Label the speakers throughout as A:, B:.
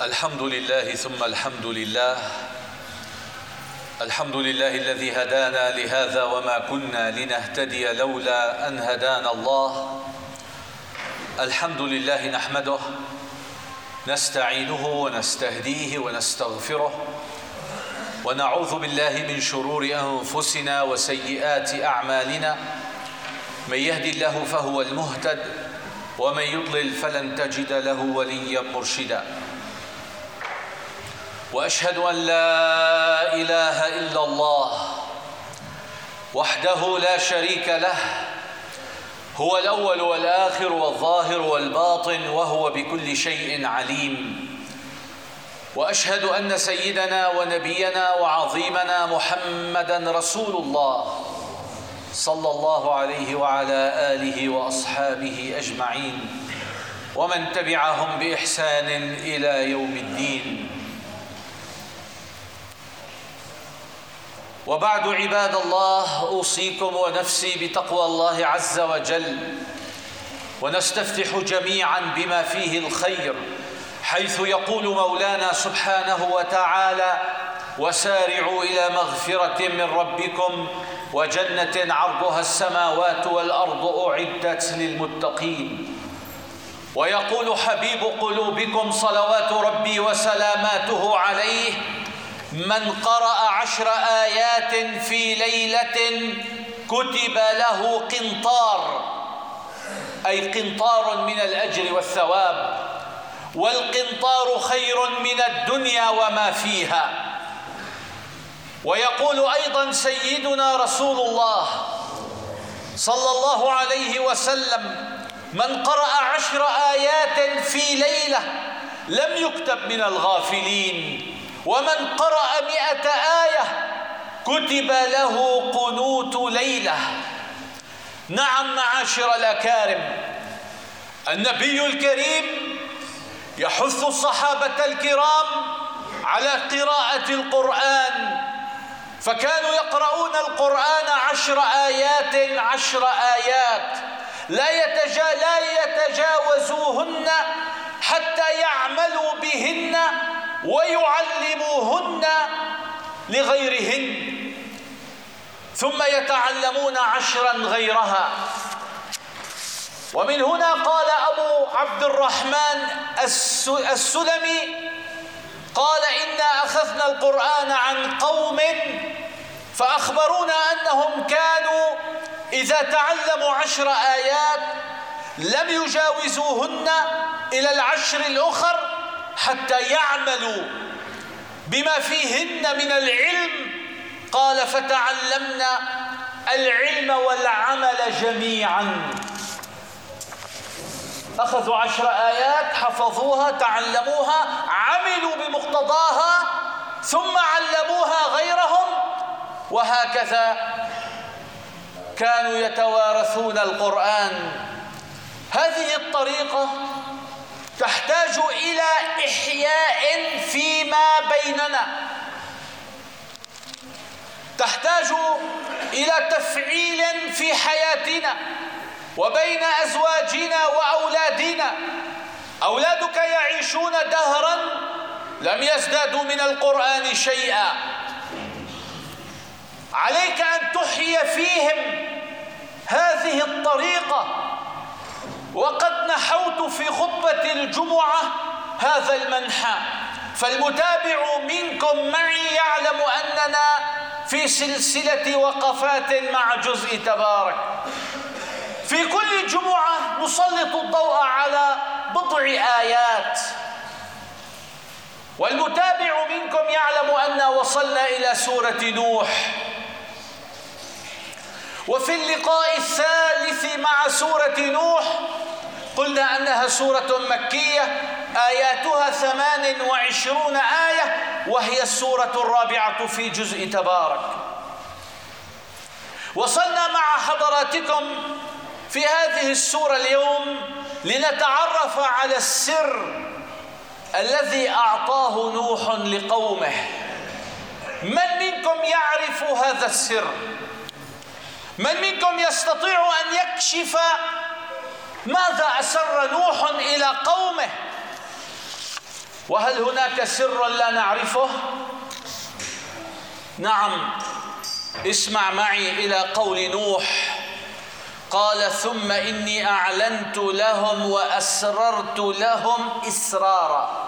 A: الحمد لله ثم الحمد لله. الحمد لله الذي هدانا لهذا وما كنا لنهتدي لولا أن هدانا الله. الحمد لله نحمده نستعينه ونستهديه ونستغفره ونعوذ بالله من شرور أنفسنا وسيئات أعمالنا. من يهدي الله فهو المهتد ومن يضلل فلن تجد له وليا مرشدا. وأشهد أن لا إله إلا الله وحده لا شريك له، هو الأول والآخر والظاهر والباطن وهو بكل شيء عليم. وأشهد أن سيدنا ونبينا وعظيمنا محمدًا رسول الله صلى الله عليه وعلى آله وأصحابه أجمعين ومن تبعهم بإحسان إلى يوم الدين. وبعد عباد الله، أوصيكم ونفسي بتقوى الله عز وجل، ونستفتح جميعا بما فيه الخير، حيث يقول مولانا سبحانه وتعالى: وسارعوا إلى مغفرة من ربكم وجنة عرضها السماوات والأرض أعدت للمتقين. ويقول حبيب قلوبكم صلوات ربي وسلاماته عليه: من قرأ 10 آيات في ليلة كتب له قنطار، أي قنطار من الأجر والثواب، والقنطار خير من الدنيا وما فيها. ويقول أيضا سيدنا رسول الله صلى الله عليه وسلم: من قرأ 10 آيات في ليلة لم يكتب من الغافلين، ومن قرأ 100 آية كتب له قنوت ليلة. نعم معاشر الأكارم، النبي الكريم يحث الصحابة الكرام على قراءة القرآن، فكانوا يقرؤون القرآن 10 آيات 10 آيات لا يتجاوزوهن حتى يعملوا بهن ويعلموهن لغيرهن، ثم يتعلمون 10 غيرها. ومن هنا قال أبو عبد الرحمن السلمي: قال إنا أخذنا القرآن عن قوم فأخبرونا أنهم كانوا إذا تعلموا 10 آيات لم يجاوزوهن إلى 10 الأخر حتى يعملوا بما فيهن من العلم. قال: فتعلمنا العلم والعمل جميعا. أخذوا 10 آيات، حفظوها، تعلموها، عملوا بمقتضاها، ثم علموها غيرهم، وهكذا كانوا يتوارثون القرآن. هذه الطريقة تحتاج إلى إحياء فيما بيننا، تحتاج إلى تفعيل في حياتنا وبين أزواجنا وأولادنا. أولادك يعيشون دهرا لم يزدادوا من القرآن شيئا، عليك أن تحيي فيهم هذه الطريقة. وقد نحوت في خطبة الجمعة هذا المنحى، فالمتابع منكم معي يعلم أننا في سلسلة وقفات مع جزء تبارك. في كل جمعة نسلط الضوء على بضع آيات، والمتابع منكم يعلم أننا وصلنا إلى سورة نوح. وفي اللقاء الثالث مع سورة نوح قلنا أنها سورة مكية آياتها 28 آية، وهي السورة الرابعة في جزء تبارك. وصلنا مع حضراتكم في هذه السورة اليوم لنتعرف على السر الذي أعطاه نوح لقومه. من منكم يعرف هذا السر؟ من منكم يستطيع أن يكشف ماذا أسر نوح إلى قومه؟ وهل هناك سر لا نعرفه؟ نعم. اسمع معي إلى قول نوح، قال ثم إني أعلنت لهم وأسررت لهم إسرارا.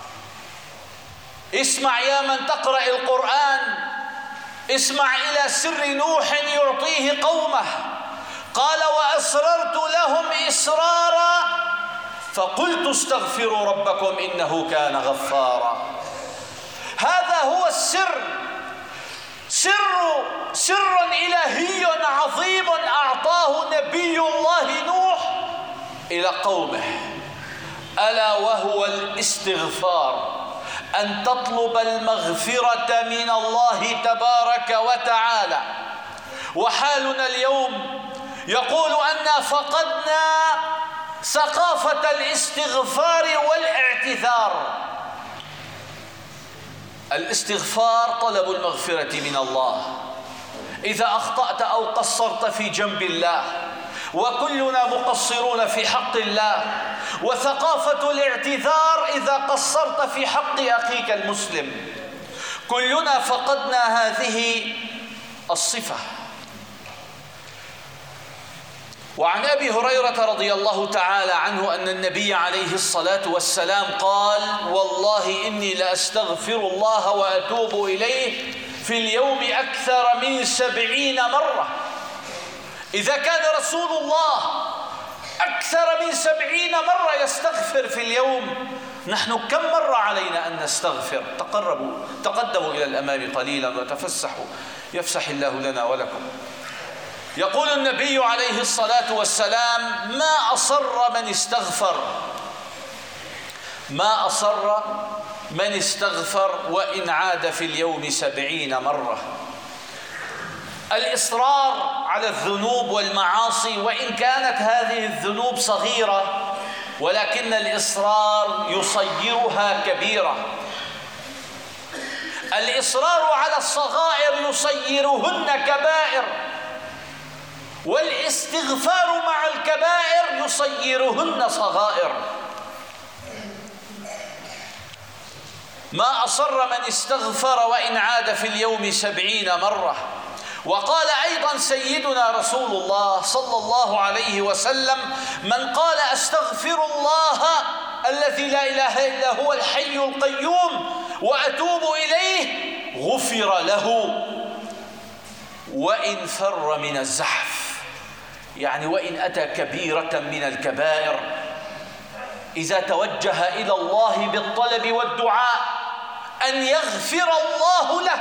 A: اسمع يا من تقرأ القرآن، اسمع إلى سر نوح يعطيه قومه. قال وأسررت لهم إسرارا فقلت استغفروا ربكم إنه كان غفارا. هذا هو السر، سر إلهي عظيم أعطاه نبي الله نوح إلى قومه، ألا وهو الاستغفار، أن تطلب المغفرة من الله تبارك وتعالى. وحالنا اليوم يقول أن فقدنا ثقافة الاستغفار والاعتذار. الاستغفار طلب المغفرة من الله إذا أخطأت أو قصرت في جنب الله، وكلنا مقصرون في حق الله. وثقافة الاعتذار إذا قصرت في حق أخيك المسلم. كلنا فقدنا هذه الصفة. وعن أبي هريرة رضي الله تعالى عنه أن النبي عليه الصلاة والسلام قال والله إني لأستغفر الله وأتوب إليه في اليوم أكثر من 70 مرة. إذا كان رسول الله أكثر من 70 مرة يستغفر في اليوم، نحن كم مرة علينا أن نستغفر؟ تقدموا إلى الأمام قليلا وتفسحوا يفسح الله لنا ولكم. يقول النبي عليه الصلاة والسلام ما أصر من استغفر وإن عاد في اليوم 70 مرة. الإصرار على الذنوب والمعاصي، وإن كانت هذه الذنوب صغيرة ولكن الإصرار يصيرها كبيرة. الإصرار على الصغائر يصيرهن كبائر، والاستغفار مع الكبائر يصيرهن صغائر. ما أصر من استغفر وإن عاد في اليوم 70 مرة. وقال أيضا سيدنا رسول الله صلى الله عليه وسلم من قال أستغفر الله الذي لا إله إلا هو الحي القيوم وأتوب إليه غفر له وإن فر من الزحف، يعني وإن أتى كبيرة من الكبائر، إذا توجه إلى الله بالطلب والدعاء أن يغفر الله له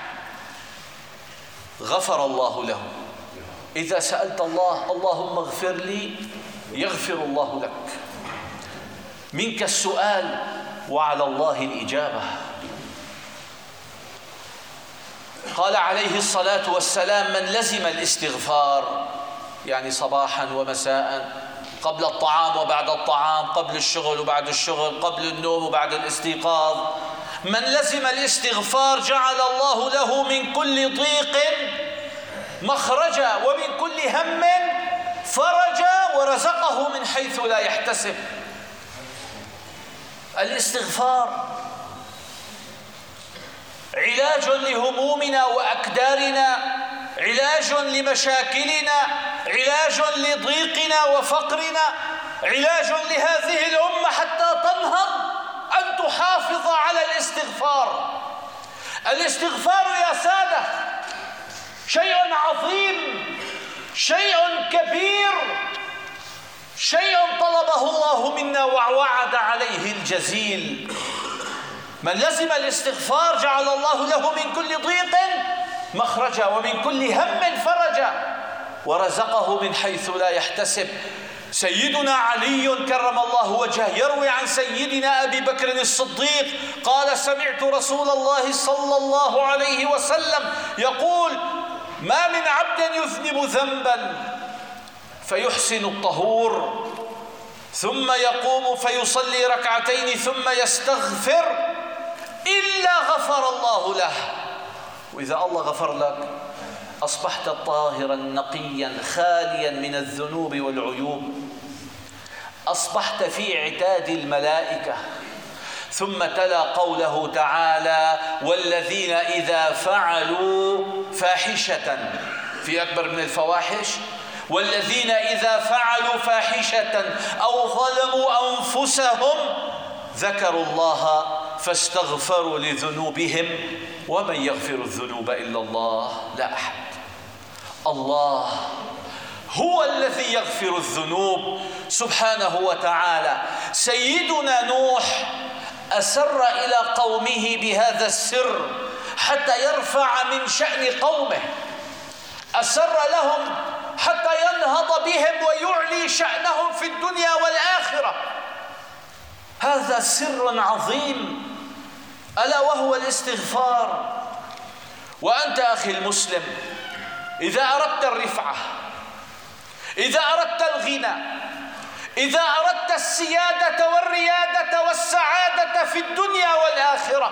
A: غفر الله له. إذا سألت الله اللهم اغفر لي يغفر الله لك. منك السؤال وعلى الله الإجابة. قال عليه الصلاة والسلام من لزم الاستغفار، يعني صباحا ومساء، قبل الطعام وبعد الطعام، قبل الشغل وبعد الشغل، قبل النوم وبعد الاستيقاظ، من لزم الاستغفار جعل الله له من كل ضيق مخرجا ومن كل هم فرجا ورزقه من حيث لا يحتسب. الاستغفار علاج لهمومنا وأكدارنا، علاج لمشاكلنا، علاج لضيقنا وفقرنا، علاج لهذه الأمة حتى تنهض أن تحافظ على الاستغفار. الاستغفار يا سادة شيء عظيم، شيء كبير، شيء طلبه الله منا ووعد عليه الجزيل. من لزم الاستغفار جعل الله له من كل ضيق مخرجا ومن كل هم فرجا ورزقه من حيث لا يحتسب. سيدنا علي كرم الله وجهه يروي عن سيدنا أبي بكر الصديق قال سمعت رسول الله صلى الله عليه وسلم يقول ما من عبد يذنب ذنبا فيحسن الطهور ثم يقوم فيصلي ركعتين ثم يستغفر إلا غفر الله له. وإذا الله غفر لك أصبحت طاهرا نقيا خاليا من الذنوب والعيوب، أصبحت في عتاد الملائكة. ثم تلا قوله تعالى: والذين إذا فعلوا فاحشة، في أكبر من الفواحش؟ والذين إذا فعلوا فاحشة أو ظلموا أنفسهم ذكروا الله فاستغفروا لذنوبهم ومن يغفر الذنوب إلا الله. لا أحد، الله هو الذي يغفر الذنوب سبحانه وتعالى. سيدنا نوح أسر إلى قومه بهذا السر حتى يرفع من شأن قومه، أسر لهم حتى ينهض بهم ويعلي شأنهم في الدنيا والآخرة. هذا سر عظيم ألا وهو الاستغفار. وأنت أخي المسلم، إذا أردت الرفعة، إذا أردت الغنى، إذا أردت السيادة والريادة والسعادة في الدنيا والآخرة،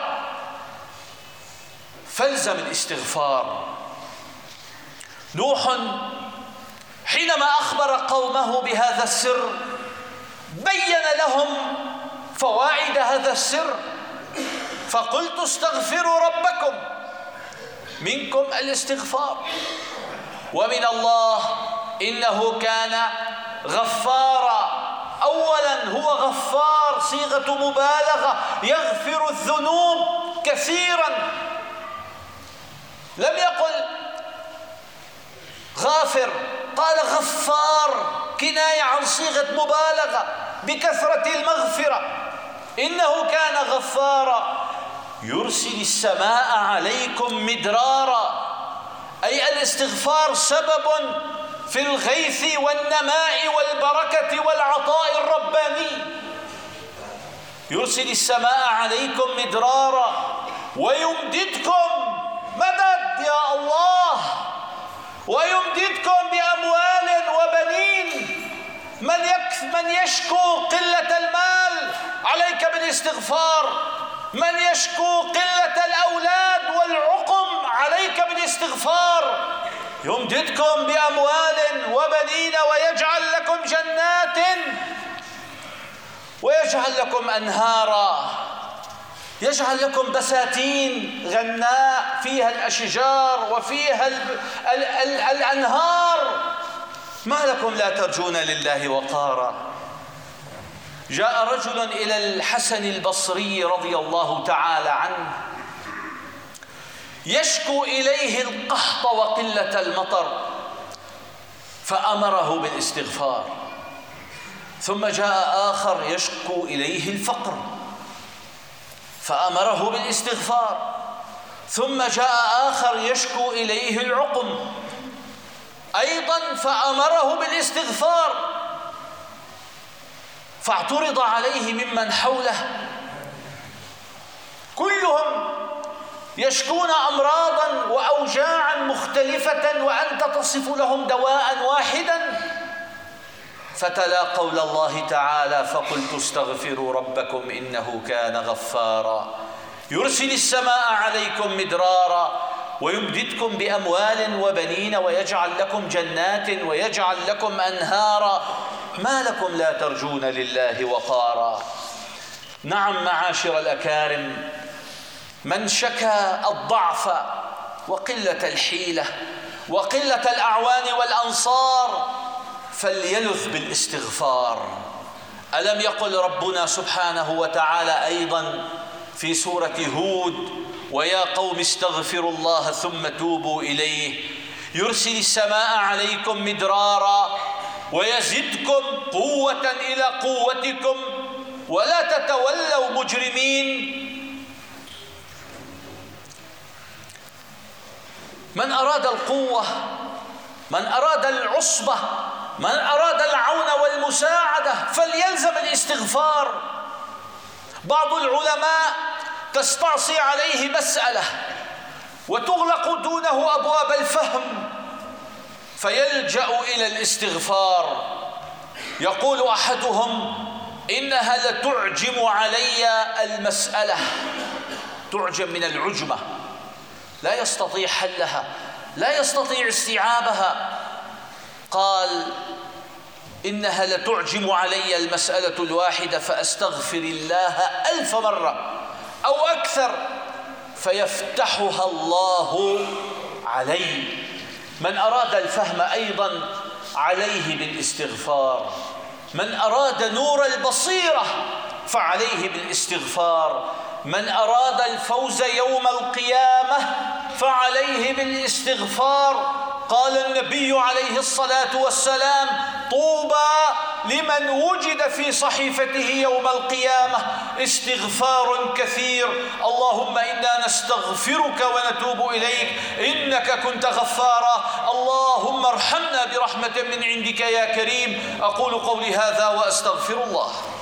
A: فالزم الاستغفار. نوح حينما أخبر قومه بهذا السر بين لهم فوائد هذا السر، فقلت استغفروا ربكم، منكم الاستغفار، ومن الله إنه كان غفارا. أولا هو غفار، صيغة مبالغة، يغفر الذنوب كثيرا. لم يقل غافر، قال غفار، كناية عن صيغة مبالغة بكثرة المغفرة. إنه كان غفارا يرسل السماء عليكم مدرارا، أي الاستغفار سبب في الغيث والنماء والبركة والعطاء الرباني. يرسل السماء عليكم مدرارا ويمددكم، مدد يا الله، ويمددكم بأموال وبنين. من يشكو قلة المال عليك بالاستغفار، من يشكو قلة الأولاد والعقم عليك بالاستغفار. يمددكم بأموال وبنين ويجعل لكم جنات ويجعل لكم أنهارا، يجعل لكم بساتين غناء فيها الأشجار وفيها الأنهار. ما لكم لا ترجون لله وقارا؟ جاء رجل إلى الحسن البصري رضي الله تعالى عنه يشكو إليه القحط وقلة المطر، فأمره بالاستغفار. ثم جاء آخر يشكو إليه الفقر، فأمره بالاستغفار. ثم جاء آخر يشكو إليه العقم أيضا، فأمره بالاستغفار. فاعترض عليه ممن حوله، كلهم يشكون أمراضا وأوجاعا مختلفة وأنت تصف لهم دواء واحدا. فتلا قول الله تعالى: فقلت استغفروا ربكم إنه كان غفارا يرسل السماء عليكم مدرارا ويمددكم بأموال وبنين ويجعل لكم جنات ويجعل لكم أنهارا. ما لكم لا ترجون لله وقارا؟ نعم معاشر الأكارم، من شكا الضعف وقلة الحيلة وقلة الأعوان والأنصار فليلذ بالاستغفار. ألم يقل ربنا سبحانه وتعالى أيضا في سورة هود: ويا قوم استغفروا الله ثم توبوا إليه يرسل السماء عليكم مدرارا ويزدكم قوة إلى قوتكم ولا تتولوا مجرمين. من أراد القوة، من أراد العصبة، من أراد العون والمساعدة فليلزم الاستغفار. بعض العلماء تستعصي عليه مسألة وتغلق دونه أبواب الفهم فيلجأ إلى الاستغفار. يقول أحدهم: إنها لتعجم علي المسألة، تعجم من العجمة، لا يستطيع حلها، لا يستطيع استيعابها. قال: إنها لتعجم علي المسألة الواحدة فأستغفر الله 1000 مرة أو أكثر فيفتحها الله علي. من أراد الفهم أيضا عليه بالاستغفار، من أراد نور البصيرة فعليه بالاستغفار، من أراد الفوز يوم القيامة فعليه بالاستغفار. قال النبي عليه الصلاة والسلام: طوبى لمن وجد في صحيفته يوم القيامة استغفار كثير. اللهم إنا نستغفرك ونتوب إليك إنك كنت غفارا. اللهم ارحمنا برحمة من عندك يا كريم. أقول قولي هذا وأستغفر الله.